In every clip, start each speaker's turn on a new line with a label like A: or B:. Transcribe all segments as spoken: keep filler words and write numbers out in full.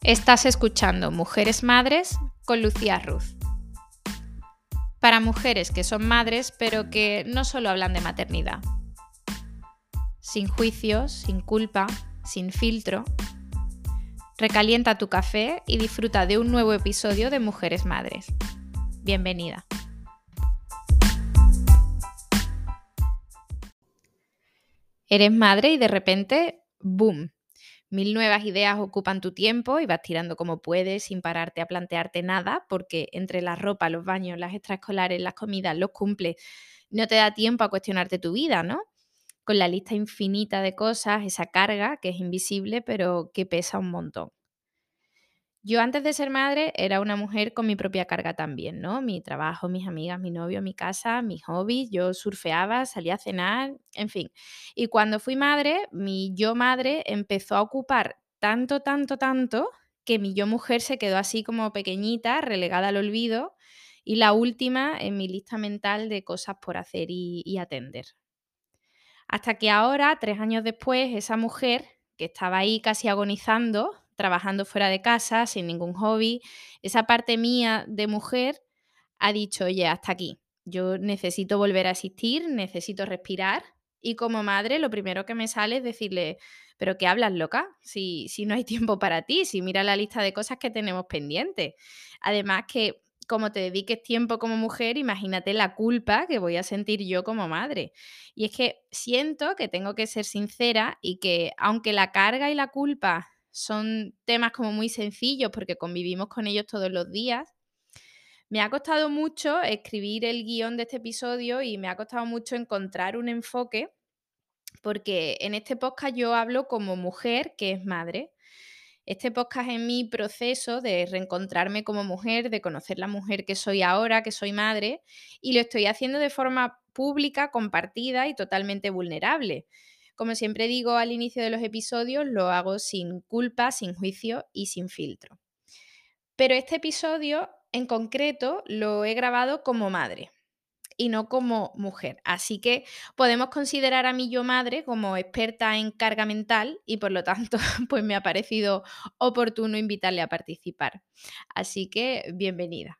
A: Estás escuchando Mujeres Madres con Lucía Ruz. Para mujeres que son madres, pero que no solo hablan de maternidad. Sin juicios, sin culpa, sin filtro. Recalienta tu café y disfruta de un nuevo episodio de Mujeres Madres. Bienvenida. Eres madre y de repente, ¡boom! Mil nuevas ideas ocupan tu tiempo y vas tirando como puedes sin pararte a plantearte nada, porque entre la ropa, los baños, las extraescolares, las comidas, los cumples, no te da tiempo a cuestionarte tu vida, ¿no? Con la lista infinita de cosas, esa carga que es invisible pero que pesa un montón. Yo antes de ser madre era una mujer con mi propia carga también, ¿no? Mi trabajo, mis amigas, mi novio, mi casa, mis hobbies, yo surfeaba, salía a cenar, en fin. Y cuando fui madre, mi yo madre empezó a ocupar tanto, tanto, tanto, que mi yo mujer se quedó así como pequeñita, relegada al olvido, y la última en mi lista mental de cosas por hacer y, y atender. Hasta que ahora, tres años después, esa mujer que estaba ahí casi agonizando, trabajando fuera de casa, sin ningún hobby, esa parte mía de mujer ha dicho: oye, hasta aquí. Yo necesito volver a existir, necesito respirar. Y como madre, lo primero que me sale es decirle: ¿pero qué hablas, loca? Si, si no hay tiempo para ti, si mira la lista de cosas que tenemos pendientes. Además que como te dediques tiempo como mujer, imagínate la culpa que voy a sentir yo como madre. Y es que siento que tengo que ser sincera y que aunque la carga y la culpa son temas como muy sencillos porque convivimos con ellos todos los días, me ha costado mucho escribir el guión de este episodio y me ha costado mucho encontrar un enfoque porque en este podcast yo hablo como mujer que es madre. Este podcast es mi proceso de reencontrarme como mujer, de conocer la mujer que soy ahora, que soy madre, y lo estoy haciendo de forma pública, compartida y totalmente vulnerable. Como siempre digo al inicio de los episodios, lo hago sin culpa, sin juicio y sin filtro. Pero este episodio en concreto lo he grabado como madre y no como mujer. Así que podemos considerar a mi yo madre como experta en carga mental y por lo tanto pues me ha parecido oportuno invitarle a participar. Así que bienvenida.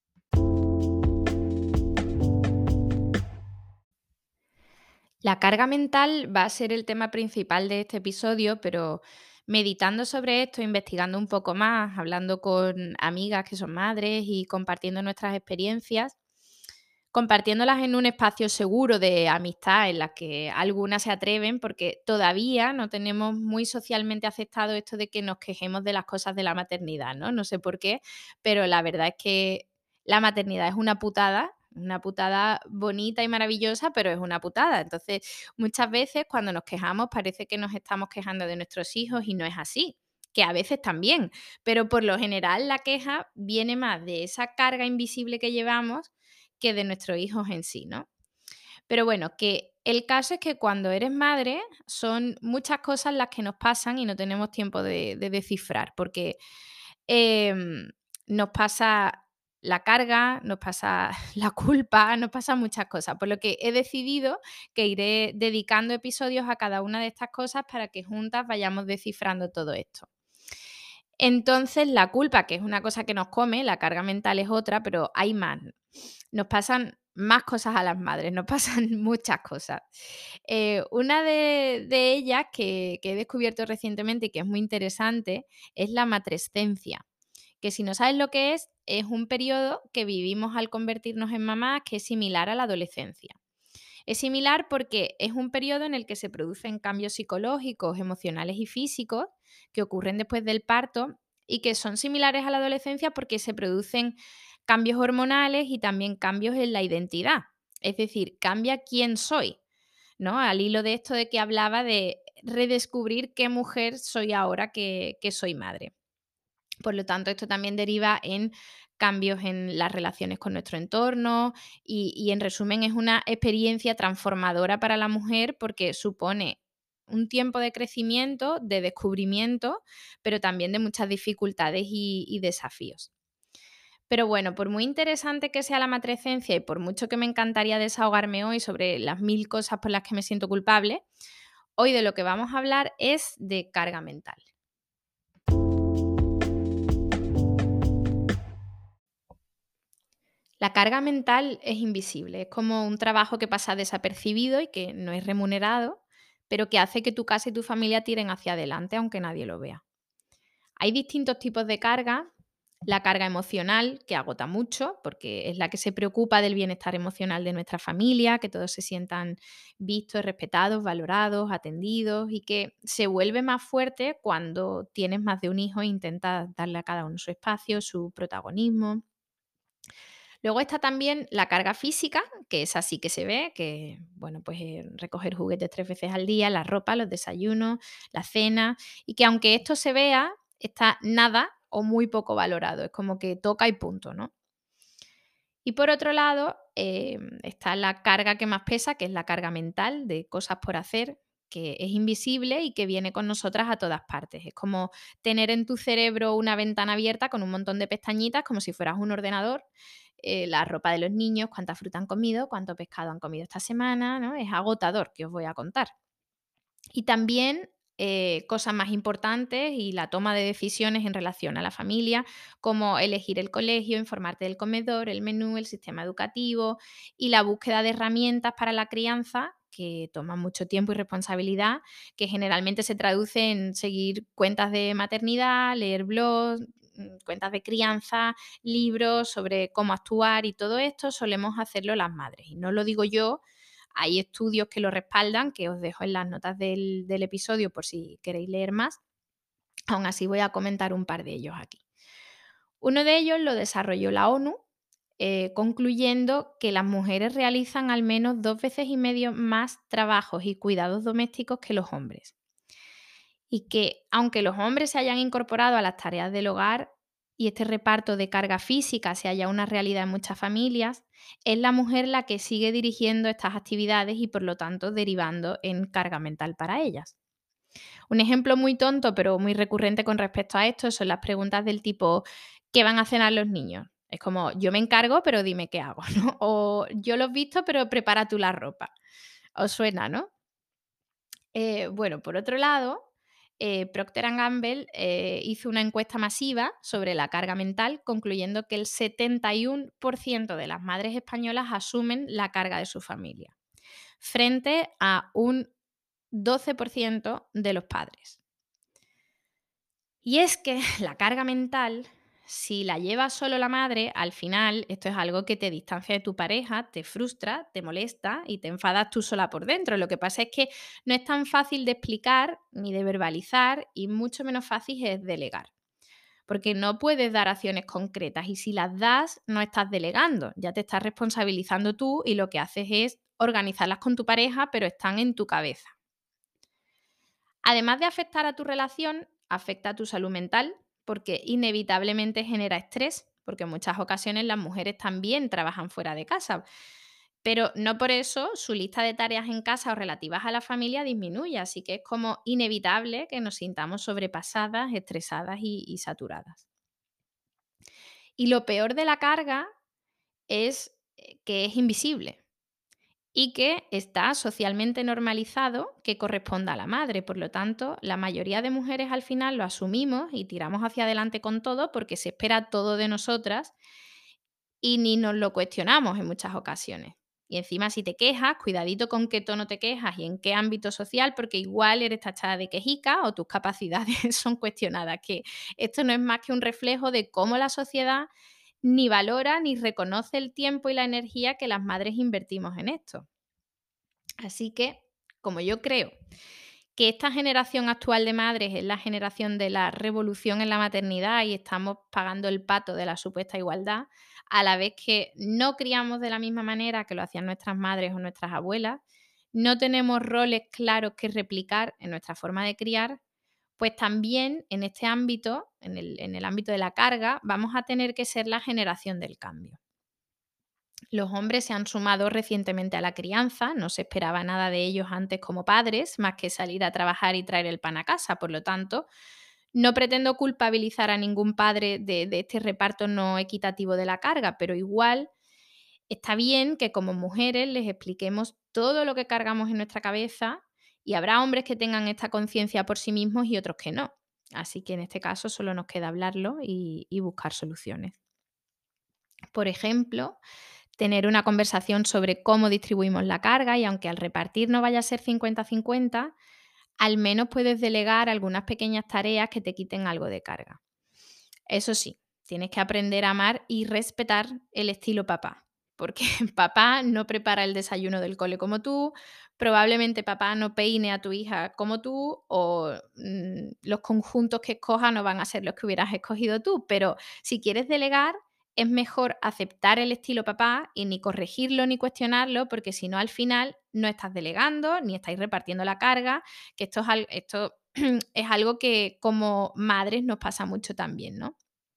A: La carga mental va a ser el tema principal de este episodio, pero meditando sobre esto, investigando un poco más, hablando con amigas que son madres y compartiendo nuestras experiencias, compartiéndolas en un espacio seguro de amistad en las que algunas se atreven, porque todavía no tenemos muy socialmente aceptado esto de que nos quejemos de las cosas de la maternidad, ¿no? No sé por qué, pero la verdad es que la maternidad es una putada, una putada bonita y maravillosa, pero es una putada. Entonces, muchas veces cuando nos quejamos parece que nos estamos quejando de nuestros hijos y no es así, que a veces también, pero por lo general la queja viene más de esa carga invisible que llevamos que de nuestros hijos en sí, ¿no? Pero bueno, que el caso es que cuando eres madre son muchas cosas las que nos pasan y no tenemos tiempo de, de descifrar, porque em, nos pasa la carga, nos pasa la culpa, nos pasan muchas cosas, por lo que he decidido que iré dedicando episodios a cada una de estas cosas para que juntas vayamos descifrando todo esto. Entonces, la culpa, que es una cosa que nos come, la carga mental es otra, pero hay más. Nos pasan más cosas a las madres, nos pasan muchas cosas. Eh, una de, de ellas que, que he descubierto recientemente y que es muy interesante es la matrescencia, que si no sabes lo que es, es un periodo que vivimos al convertirnos en mamás que es similar a la adolescencia. Es similar porque es un periodo en el que se producen cambios psicológicos, emocionales y físicos que ocurren después del parto y que son similares a la adolescencia porque se producen cambios hormonales y también cambios en la identidad. Es decir, cambia quién soy, ¿no? Al hilo de esto de que hablaba de redescubrir qué mujer soy ahora que, que soy madre. Por lo tanto, esto también deriva en cambios en las relaciones con nuestro entorno y, y en resumen es una experiencia transformadora para la mujer porque supone un tiempo de crecimiento, de descubrimiento, pero también de muchas dificultades y, y desafíos. Pero bueno, por muy interesante que sea la matrescencia y por mucho que me encantaría desahogarme hoy sobre las mil cosas por las que me siento culpable, hoy de lo que vamos a hablar es de carga mental. La carga mental es invisible, es como un trabajo que pasa desapercibido y que no es remunerado, pero que hace que tu casa y tu familia tiren hacia adelante aunque nadie lo vea. Hay distintos tipos de carga. La carga emocional, que agota mucho, porque es la que se preocupa del bienestar emocional de nuestra familia, que todos se sientan vistos, respetados, valorados, atendidos y que se vuelve más fuerte cuando tienes más de un hijo e intentas darle a cada uno su espacio, su protagonismo. Luego está también la carga física, que es así que se ve, que, bueno, pues eh, recoger juguetes tres veces al día, la ropa, los desayunos, la cena, y que aunque esto se vea, está nada o muy poco valorado. Es como que toca y punto, ¿no? Y por otro lado, em, está la carga que más pesa, que es la carga mental de cosas por hacer, que es invisible y que viene con nosotras a todas partes. Es como tener en tu cerebro una ventana abierta con un montón de pestañitas, como si fueras un ordenador, eh, la ropa de los niños, cuánta fruta han comido, cuánto pescado han comido esta semana, ¿no? Es agotador, que os voy a contar. Y también eh, cosas más importantes y la toma de decisiones en relación a la familia, como elegir el colegio, informarte del comedor, el menú, el sistema educativo y la búsqueda de herramientas para la crianza que toman mucho tiempo y responsabilidad, que generalmente se traduce en seguir cuentas de maternidad, leer blogs, mm, cuentas de crianza, libros sobre cómo actuar y todo esto solemos hacerlo las madres. Y no lo digo yo, hay estudios que lo respaldan, que os dejo en las notas del, del episodio por si queréis leer más. Aún así voy a comentar un par de ellos aquí. Uno de ellos lo desarrolló la ONU, eh, concluyendo que las mujeres realizan al menos dos veces y medio más trabajos y cuidados domésticos que los hombres. Y que aunque los hombres se hayan incorporado a las tareas del hogar y este reparto de carga física sea ya una realidad en muchas familias, es la mujer la que sigue dirigiendo estas actividades y por lo tanto derivando en carga mental para ellas. Un ejemplo muy tonto pero muy recurrente con respecto a esto son las preguntas del tipo ¿qué van a cenar los niños? Es como yo me encargo pero dime qué hago, ¿no? O yo los visto pero prepara tú la ropa. Os suena, ¿no? Eh, bueno, por otro lado, eh, Procter and Gamble eh, hizo una encuesta masiva sobre la carga mental, concluyendo que el setenta y uno por ciento de las madres españolas asumen la carga de su familia, frente a un doce por ciento de los padres. Y es que la carga mental, si la lleva solo la madre, al final esto es algo que te distancia de tu pareja, te frustra, te molesta y te enfadas tú sola por dentro. Lo que pasa es que no es tan fácil de explicar ni de verbalizar y mucho menos fácil es delegar. Porque no puedes dar acciones concretas y si las das no estás delegando, ya te estás responsabilizando tú y lo que haces es organizarlas con tu pareja, pero están en tu cabeza. Además de afectar a tu relación, afecta a tu salud mental porque inevitablemente genera estrés, porque en muchas ocasiones las mujeres también trabajan fuera de casa, pero no por eso su lista de tareas en casa o relativas a la familia disminuye, así que es como inevitable que nos sintamos sobrepasadas, estresadas y, y saturadas. Y lo peor de la carga es eh, que es invisible y que está socialmente normalizado que corresponda a la madre. Por lo tanto, la mayoría de mujeres al final lo asumimos y tiramos hacia adelante con todo porque se espera todo de nosotras y ni nos lo cuestionamos en muchas ocasiones. Y encima si te quejas, cuidadito con qué tono te quejas y en qué ámbito social, porque igual eres tachada de quejica o tus capacidades son cuestionadas, que esto no es más que un reflejo de cómo la sociedad ni valora ni reconoce el tiempo y la energía que las madres invertimos en esto. Así que, como yo creo que esta generación actual de madres es la generación de la revolución en la maternidad y estamos pagando el pato de la supuesta igualdad, a la vez que no criamos de la misma manera que lo hacían nuestras madres o nuestras abuelas, no tenemos roles claros que replicar en nuestra forma de criar, pues también en este ámbito, en el, en el ámbito de la carga, vamos a tener que ser la generación del cambio. Los hombres se han sumado recientemente a la crianza, no se esperaba nada de ellos antes como padres, más que salir a trabajar y traer el pan a casa. Por lo tanto, no pretendo culpabilizar a ningún padre de, de este reparto no equitativo de la carga, pero igual está bien que como mujeres les expliquemos todo lo que cargamos en nuestra cabeza y habrá hombres que tengan esta conciencia por sí mismos y otros que no. Así que en este caso solo nos queda hablarlo y y buscar soluciones. Por ejemplo, tener una conversación sobre cómo distribuimos la carga y aunque al repartir no vaya a ser cincuenta cincuenta, al menos puedes delegar algunas pequeñas tareas que te quiten algo de carga. Eso sí, tienes que aprender a amar y respetar el estilo papá, porque papá no prepara el desayuno del cole como tú, probablemente papá no peine a tu hija como tú o mm, los conjuntos que escoja no van a ser los que hubieras escogido tú, pero si quieres delegar es mejor aceptar el estilo papá y ni corregirlo ni cuestionarlo, porque si no al final no estás delegando ni estáis repartiendo la carga, que esto es, al- esto es algo que como madres nos pasa mucho también, ¿no?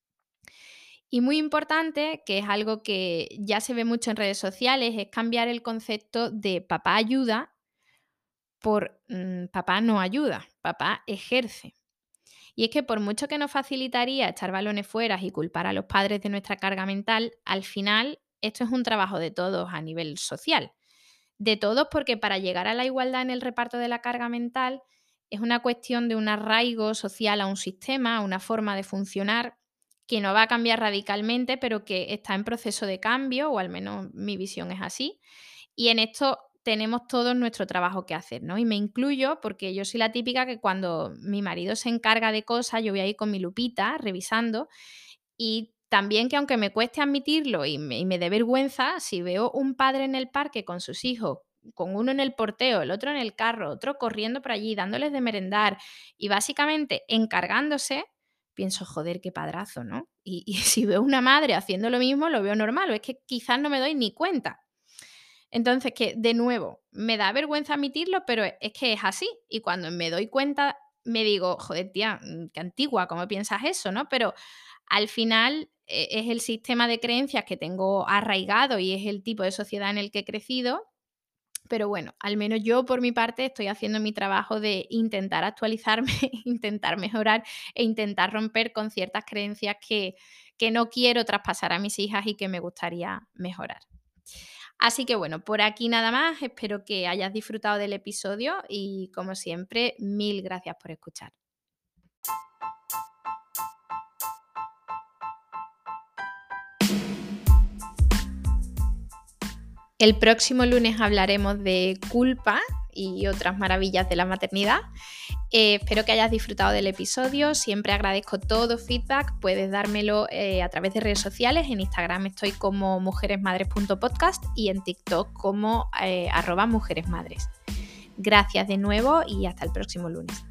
A: Y muy importante, que es algo que ya se ve mucho en redes sociales, es cambiar el concepto de papá ayuda por mm, papá no ayuda, papá ejerce. Y es que por mucho que nos facilitaría echar balones fuera y culpar a los padres de nuestra carga mental, al final esto es un trabajo de todos a nivel social. De todos porque para llegar a la igualdad en el reparto de la carga mental es una cuestión de un arraigo social a un sistema, a una forma de funcionar que no va a cambiar radicalmente, pero que está en proceso de cambio, o al menos mi visión es así. Y en esto tenemos todos nuestro trabajo que hacer, ¿no? Y me incluyo porque yo soy la típica que cuando mi marido se encarga de cosas, yo voy ahí con mi lupita revisando y también que aunque me cueste admitirlo y me, y me dé vergüenza, si veo un padre en el parque con sus hijos, con uno en el porteo, el otro en el carro, otro corriendo por allí, dándoles de merendar y básicamente encargándose, pienso, joder, qué padrazo, ¿no? Y, y si veo una madre haciendo lo mismo, lo veo normal, o es que quizás no me doy ni cuenta. Entonces, que de nuevo, me da vergüenza admitirlo, pero es que es así. Y cuando me doy cuenta, me digo, joder, tía, mm, qué antigua, ¿cómo piensas eso? ¿No? Pero al final eh, es el sistema de creencias que tengo arraigado y es el tipo de sociedad en el que he crecido. Pero bueno, al menos yo por mi parte estoy haciendo mi trabajo de intentar actualizarme, intentar mejorar e intentar romper con ciertas creencias que, que no quiero traspasar a mis hijas y que me gustaría mejorar. Así que bueno, por aquí nada más. Espero que hayas disfrutado del episodio y como siempre, mil gracias por escuchar. El próximo lunes hablaremos de culpa y otras maravillas de la maternidad. Eh, espero que hayas disfrutado del episodio. Siempre agradezco todo feedback. Puedes dármelo eh, a través de redes sociales. En Instagram estoy como mujeresmadres punto podcast y en TikTok como eh, arroba mujeresmadres. Gracias de nuevo y hasta el próximo lunes.